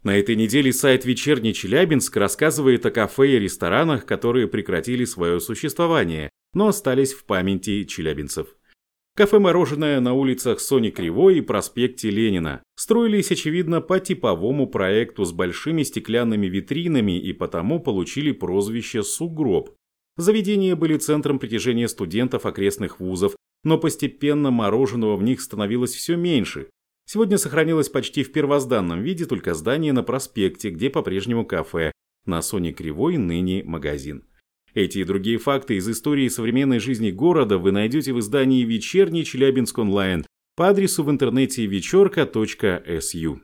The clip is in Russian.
На этой неделе сайт «Вечерний Челябинск» рассказывает о кафе и ресторанах, которые прекратили свое существование, но остались в памяти челябинцев. Кафе-мороженое на улицах Сони Кривой и проспекте Ленина строились, очевидно, по типовому проекту с большими стеклянными витринами и потому получили прозвище «Сугроб». Заведения были центром притяжения студентов окрестных вузов, но постепенно мороженого в них становилось все меньше. Сегодня сохранилось почти в первозданном виде только здание на проспекте, где по-прежнему кафе, на Соне Кривой ныне магазин. Эти и другие факты из истории современной жизни города вы найдете в издании «Вечерний Челябинск онлайн» по адресу в интернете вечерка.су.